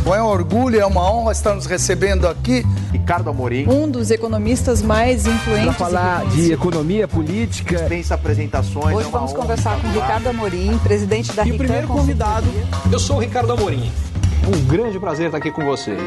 Bom, é um orgulho, é uma honra estar nos recebendo aqui. Ricardo Amorim, um dos economistas mais influentes. Para falar de economia política. Dispensa apresentações. Hoje vamos conversar com Ricardo Amorim, presidente da Rican. E o primeiro convidado, eu sou o Ricardo Amorim. Um grande prazer estar aqui com vocês.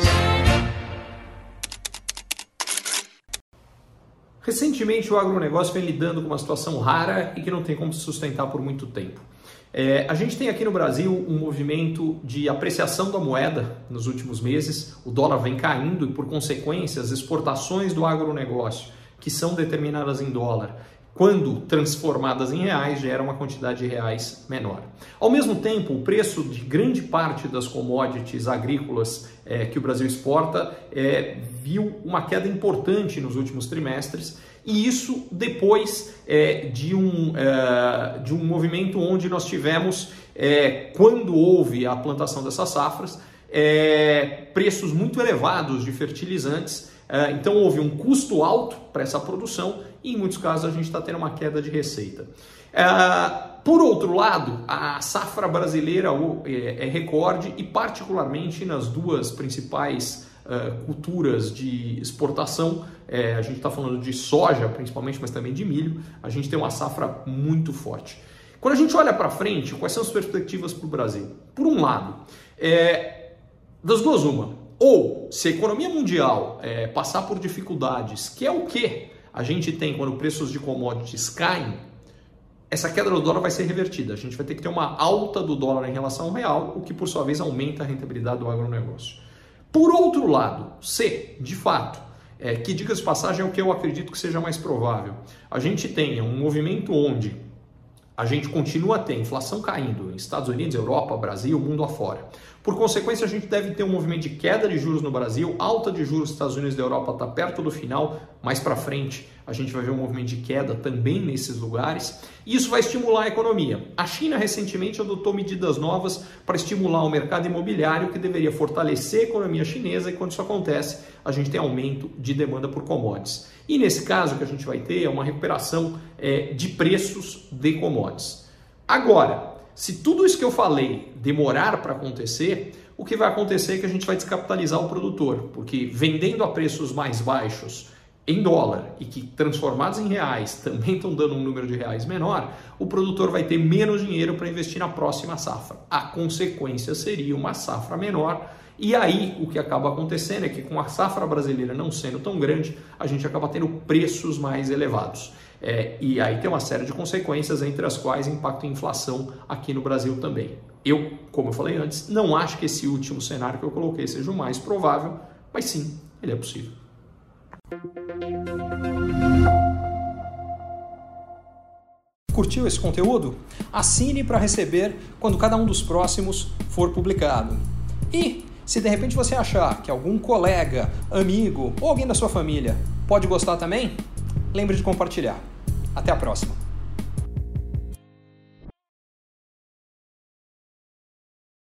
Recentemente, o agronegócio vem lidando com uma situação rara e que não tem como se sustentar por muito tempo. A gente tem aqui no Brasil um movimento de apreciação da moeda nos últimos meses, o dólar vem caindo e, por consequência, as exportações do agronegócio, que são determinadas em dólar, quando transformadas em reais, geram uma quantidade de reais menor. Ao mesmo tempo, o preço de grande parte das commodities agrícolas que o Brasil exporta viu uma queda importante nos últimos trimestres, e isso depois de um movimento onde nós tivemos, quando houve a plantação dessas safras, preços muito elevados de fertilizantes. Então houve um custo alto para essa produção e em muitos casos a gente está tendo uma queda de receita. Por outro lado, a safra brasileira é recorde e particularmente nas duas principais culturas de exportação, a gente está falando de soja principalmente, mas também de milho, a gente tem uma safra muito forte. Quando a gente olha para frente, quais são as perspectivas para o Brasil? Por um lado, das duas uma, ou se a economia mundial passar por dificuldades, que é o que a gente tem quando preços de commodities caem, essa queda do dólar vai ser revertida. A gente vai ter que ter uma alta do dólar em relação ao real, o que por sua vez aumenta a rentabilidade do agronegócio. Por outro lado, se de fato, que diga-se de passagem é o que eu acredito que seja mais provável, a gente tenha um movimento onde a gente continua a ter inflação caindo em Estados Unidos, Europa, Brasil, mundo afora. Por consequência, a gente deve ter um movimento de queda de juros no Brasil, alta de juros nos Estados Unidos e da Europa está perto do final, mais para frente a gente vai ver um movimento de queda também nesses lugares, e isso vai estimular a economia. A China recentemente adotou medidas novas para estimular o mercado imobiliário, que deveria fortalecer a economia chinesa, e quando isso acontece, a gente tem aumento de demanda por commodities. E nesse caso, o que a gente vai ter é uma recuperação de preços de commodities. Agora, se tudo isso que eu falei demorar para acontecer, o que vai acontecer é que a gente vai descapitalizar o produtor, porque vendendo a preços mais baixos em dólar e que transformados em reais também estão dando um número de reais menor, o produtor vai ter menos dinheiro para investir na próxima safra. A consequência seria uma safra menor. E aí, o que acaba acontecendo é que com a safra brasileira não sendo tão grande, a gente acaba tendo preços mais elevados. E aí tem uma série de consequências, entre as quais impacto a inflação aqui no Brasil também. Eu, como eu falei antes, não acho que esse último cenário que eu coloquei seja o mais provável, mas sim, ele é possível. Curtiu esse conteúdo? Assine para receber quando cada um dos próximos for publicado. E se de repente você achar que algum colega, amigo ou alguém da sua família pode gostar também, lembre de compartilhar. Até a próxima!